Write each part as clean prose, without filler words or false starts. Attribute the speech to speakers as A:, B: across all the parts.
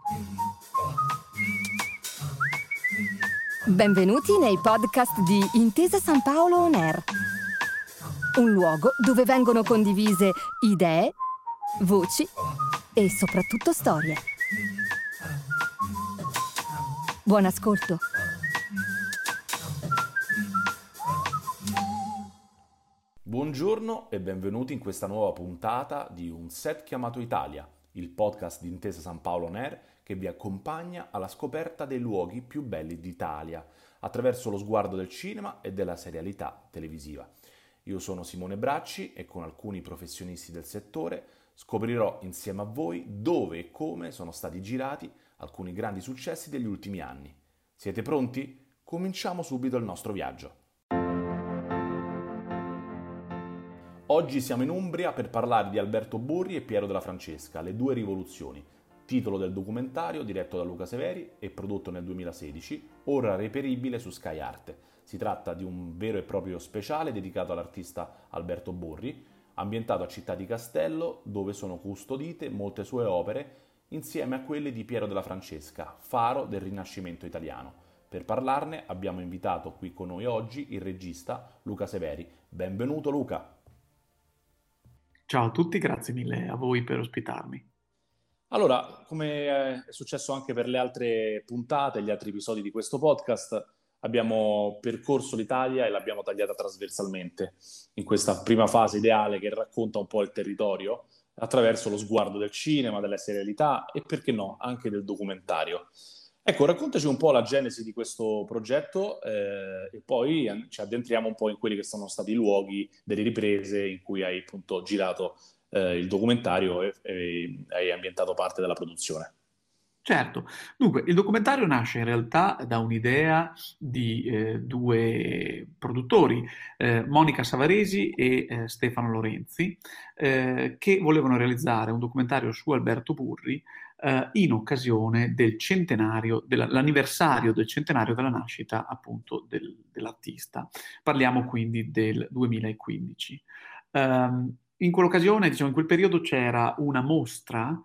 A: Benvenuti nei podcast di Intesa San Paolo On Air, un luogo dove vengono condivise idee, voci e soprattutto storie. Buon ascolto.
B: Buongiorno e benvenuti in questa nuova puntata di Un Set chiamato Italia, il podcast di Intesa San Paolo On Air che vi accompagna alla scoperta dei luoghi più belli d'Italia, attraverso lo sguardo del cinema e della serialità televisiva. Io sono Simone Bracci e con alcuni professionisti del settore scoprirò insieme a voi dove e come sono stati girati alcuni grandi successi degli ultimi anni. Siete pronti? Cominciamo subito il nostro viaggio. Oggi siamo in Umbria per parlare di Alberto Burri e Piero della Francesca, Le due rivoluzioni, titolo del documentario diretto da Luca Severi e prodotto nel 2016, ora reperibile su Sky Arte. Si tratta di un vero e proprio speciale dedicato all'artista Alberto Burri, ambientato a Città di Castello, dove sono custodite molte sue opere insieme a quelle di Piero della Francesca, faro del Rinascimento italiano. Per parlarne abbiamo invitato qui con noi oggi il regista Luca Severi. Benvenuto Luca!
C: Ciao a tutti, grazie mille a voi per ospitarmi.
B: Allora, come è successo anche per le altre puntate, gli altri episodi di questo podcast, abbiamo percorso l'Italia e l'abbiamo tagliata trasversalmente in questa prima fase ideale che racconta un po' il territorio attraverso lo sguardo del cinema, della serialità e, perché no, anche del documentario. Ecco, raccontaci un po' la genesi di questo progetto e poi ci addentriamo un po' in quelli che sono stati i luoghi delle riprese in cui hai appunto girato il documentario e hai ambientato parte della produzione.
C: Certo, dunque il documentario nasce in realtà da un'idea di due produttori, Monica Savaresi e Stefano Lorenzi, che volevano realizzare un documentario su Alberto Burri in occasione del centenario, l'anniversario del centenario della nascita appunto dell'artista. Parliamo quindi del 2015. In quell'occasione, diciamo, in quel periodo c'era una mostra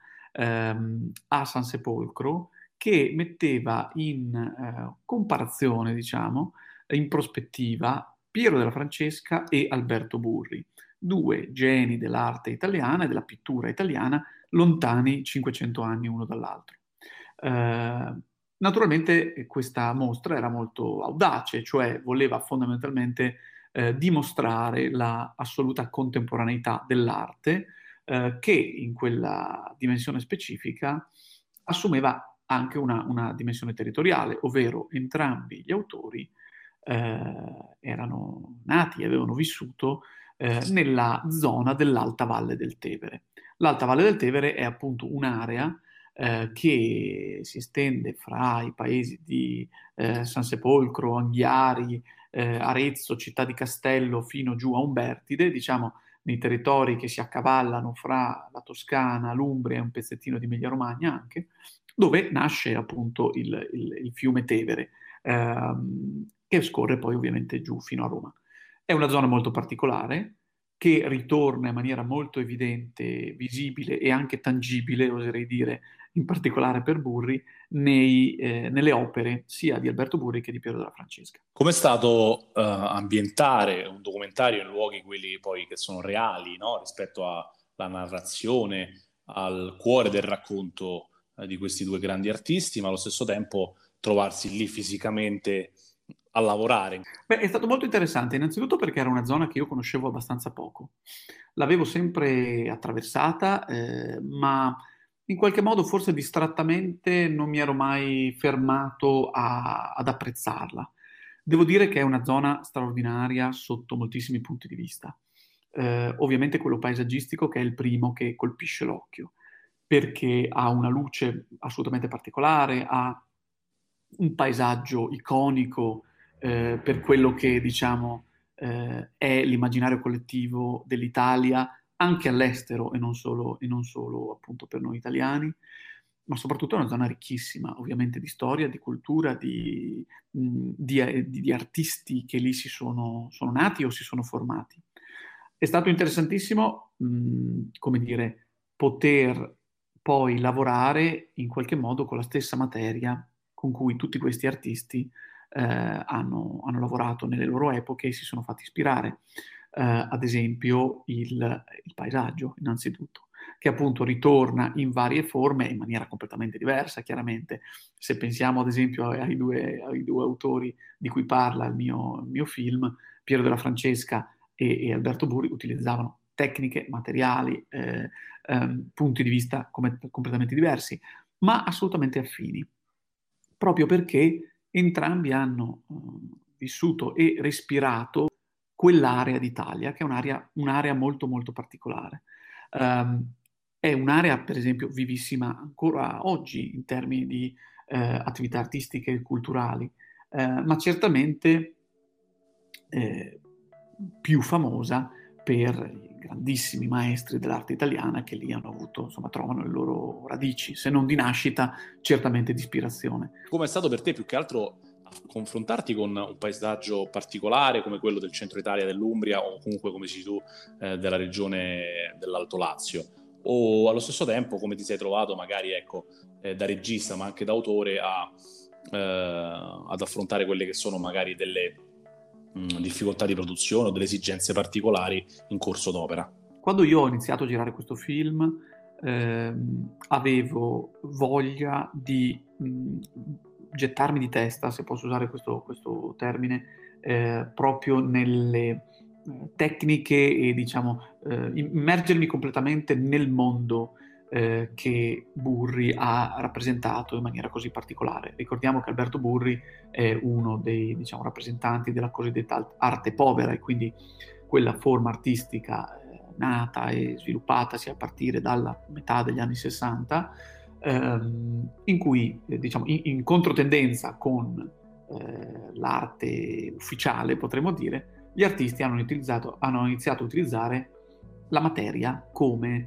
C: a San Sepolcro che metteva in comparazione, diciamo, in prospettiva Piero della Francesca e Alberto Burri, due geni dell'arte italiana e della pittura italiana lontani 500 anni uno dall'altro. Naturalmente questa mostra era molto audace, cioè voleva fondamentalmente dimostrare la assoluta contemporaneità dell'arte che in quella dimensione specifica assumeva anche una dimensione territoriale, ovvero entrambi gli autori erano nati e avevano vissuto nella zona dell'Alta Valle del Tevere. L'Alta Valle del Tevere è appunto un'area che si estende fra i paesi di San Sepolcro, Anghiari, Arezzo, Città di Castello fino giù a Umbertide, diciamo nei territori che si accavallano fra la Toscana, l'Umbria e un pezzettino di Emilia-Romagna anche, dove nasce appunto il fiume Tevere, che scorre poi ovviamente giù fino a Roma. È una zona molto particolare, che ritorna in maniera molto evidente, visibile e anche tangibile, oserei dire, in particolare per Burri, nelle opere sia di Alberto Burri che di Piero della Francesca.
B: Com'è stato ambientare un documentario in luoghi quelli poi che sono reali, no? Rispetto alla narrazione, al cuore del racconto di questi due grandi artisti, ma allo stesso tempo trovarsi lì fisicamente a lavorare?
C: Beh, è stato molto interessante, innanzitutto perché era una zona che io conoscevo abbastanza poco. L'avevo sempre attraversata, ma in qualche modo, forse distrattamente, non mi ero mai fermato ad apprezzarla. Devo dire che è una zona straordinaria sotto moltissimi punti di vista. Ovviamente quello paesaggistico che è il primo che colpisce l'occhio, perché ha una luce assolutamente particolare, ha un paesaggio iconico per quello che, diciamo, è l'immaginario collettivo dell'Italia, anche all'estero e non solo appunto per noi italiani, ma soprattutto è una zona ricchissima, ovviamente, di storia, di cultura, di artisti che lì sono nati o si sono formati. È stato interessantissimo, come dire, poter poi lavorare in qualche modo con la stessa materia con cui tutti questi artisti hanno lavorato nelle loro epoche e si sono fatti ispirare. Ad esempio il paesaggio, innanzitutto, che appunto ritorna in varie forme in maniera completamente diversa, chiaramente. Se pensiamo ad esempio ai due autori di cui parla il mio film, Piero della Francesca e Alberto Burri, utilizzavano tecniche, materiali, punti di vista completamente diversi, ma assolutamente affini, proprio perché entrambi hanno vissuto e respirato quell'area d'Italia, che è un'area molto molto particolare. È un'area, per esempio, vivissima ancora oggi in termini di attività artistiche e culturali, ma certamente più famosa per i grandissimi maestri dell'arte italiana che lì hanno avuto, insomma, trovano le loro radici, se non di nascita, certamente di ispirazione.
B: Come è stato per te più che altro confrontarti con un paesaggio particolare come quello del centro Italia, dell'Umbria, o comunque, come dici tu, della regione dell'Alto Lazio? O allo stesso tempo come ti sei trovato magari, ecco, da regista ma anche da autore ad affrontare quelle che sono magari delle difficoltà di produzione o delle esigenze particolari in corso d'opera?
C: Quando io ho iniziato a girare questo film avevo voglia di gettarmi di testa, se posso usare questo termine, proprio nelle tecniche e diciamo immergermi completamente nel mondo che Burri ha rappresentato in maniera così particolare. Ricordiamo che Alberto Burri è uno dei, diciamo, rappresentanti della cosiddetta arte povera, e quindi quella forma artistica nata e sviluppatasi a partire dalla metà degli anni 60, in cui, diciamo, in controtendenza con l'arte ufficiale, potremmo dire, gli artisti hanno iniziato a utilizzare la materia come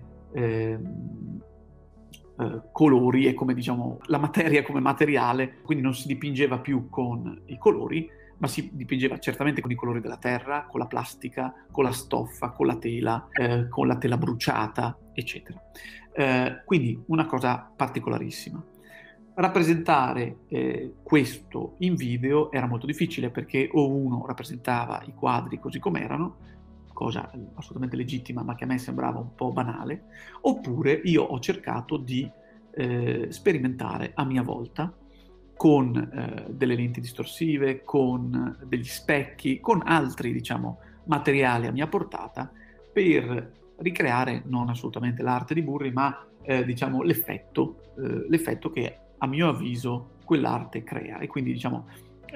C: colori e come, diciamo, la materia come materiale, quindi non si dipingeva più con i colori, ma si dipingeva certamente con i colori della terra, con la plastica, con la stoffa, con la tela bruciata, eccetera. Quindi una cosa particolarissima. Rappresentare questo in video era molto difficile, perché o uno rappresentava i quadri così com'erano, cosa assolutamente legittima ma che a me sembrava un po' banale, oppure io ho cercato di sperimentare a mia volta con delle lenti distorsive, con degli specchi, con altri, diciamo, materiali a mia portata, per ricreare non assolutamente l'arte di Burri, ma diciamo l'effetto che a mio avviso quell'arte crea, e quindi, diciamo,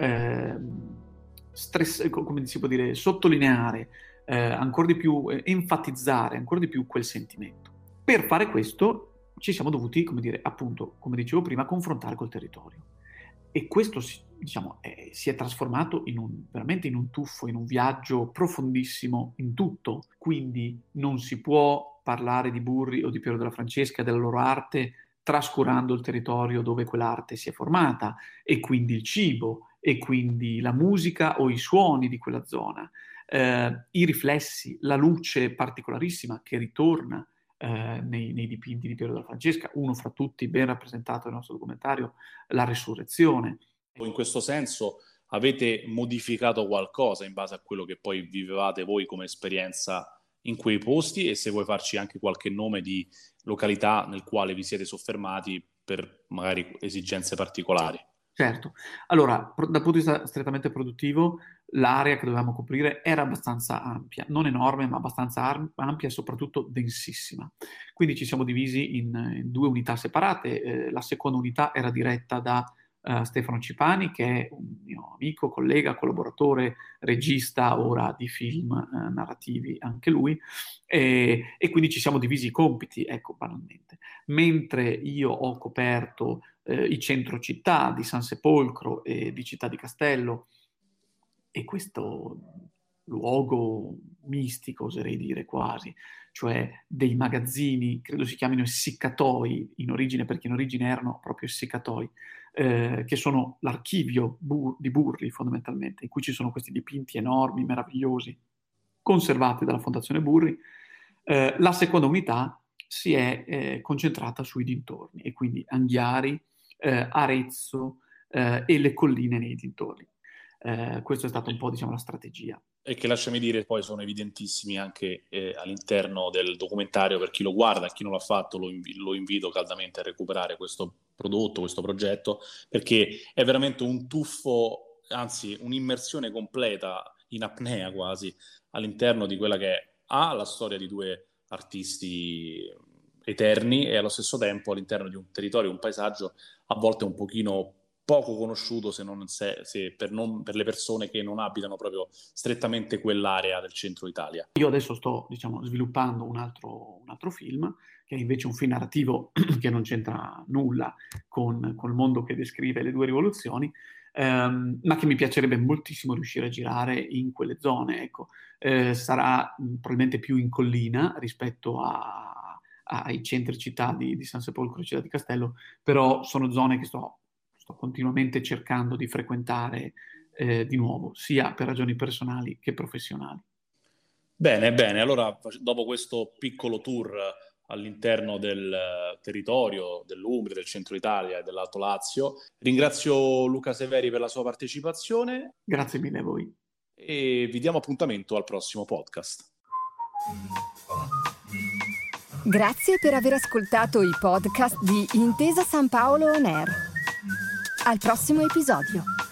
C: come si può dire, sottolineare ancora di più, enfatizzare ancora di più quel sentimento. Per fare questo ci siamo dovuti, come dire, appunto, come dicevo prima, confrontare col territorio. E questo, diciamo, si è trasformato veramente in un tuffo, in un viaggio profondissimo in tutto. Quindi non si può parlare di Burri o di Piero della Francesca e della loro arte trascurando il territorio dove quell'arte si è formata, e quindi il cibo, e quindi la musica o i suoni di quella zona, i riflessi, la luce particolarissima che ritorna nei dipinti di Piero della Francesca, uno fra tutti ben rappresentato nel nostro documentario, la Resurrezione.
B: In questo senso avete modificato qualcosa in base a quello che poi vivevate voi come esperienza in quei posti, e se vuoi farci anche qualche nome di località nel quale vi siete soffermati per magari esigenze particolari.
C: Certo. Allora, dal punto di vista strettamente produttivo, l'area che dovevamo coprire era abbastanza ampia, non enorme, ma abbastanza ampia e soprattutto densissima. Quindi ci siamo divisi in due unità separate. La seconda unità era diretta da Stefano Cipani, che è un mio amico, collega, collaboratore, regista ora di film narrativi anche lui, e quindi ci siamo divisi i compiti, ecco, banalmente. Mentre io ho coperto i centro città di San Sepolcro e di Città di Castello, e questo luogo mistico, oserei dire quasi, cioè dei magazzini, credo si chiamino essiccatoi in origine, perché in origine erano proprio essiccatoi, che sono l'archivio di Burri fondamentalmente, in cui ci sono questi dipinti enormi, meravigliosi, conservati dalla Fondazione Burri. La seconda unità si è concentrata sui dintorni, e quindi Anghiari, Arezzo e le colline nei dintorni. Questa è stata un po', diciamo, la strategia.
B: E che, lasciami dire, poi sono evidentissimi anche all'interno del documentario. Per chi lo guarda, chi non l'ha fatto, lo invito caldamente a recuperare questo prodotto, questo progetto, perché è veramente un tuffo, anzi un'immersione completa, in apnea quasi, all'interno di quella che è la storia di due artisti eterni, e allo stesso tempo all'interno di un territorio, un paesaggio a volte un pochino poco conosciuto, se per le persone che non abitano proprio strettamente quell'area del centro Italia.
C: Io adesso sto, diciamo, sviluppando un altro film, che è invece un film narrativo che non c'entra nulla con il mondo che descrive le due rivoluzioni, ma che mi piacerebbe moltissimo riuscire a girare in quelle zone. Ecco. Sarà probabilmente più in collina rispetto ai centri città di San Sepolcro e Città di Castello, però sono zone che sto continuamente cercando di frequentare di nuovo, sia per ragioni personali che professionali.
B: Bene, bene. Allora, dopo questo piccolo tour all'interno del territorio dell'Umbria, del centro Italia e dell'Alto Lazio, ringrazio Luca Severi per la sua partecipazione.
C: Grazie mille a voi.
B: E vi diamo appuntamento al prossimo podcast.
A: Grazie per aver ascoltato i podcast di Intesa San Paolo On Air. Al prossimo episodio.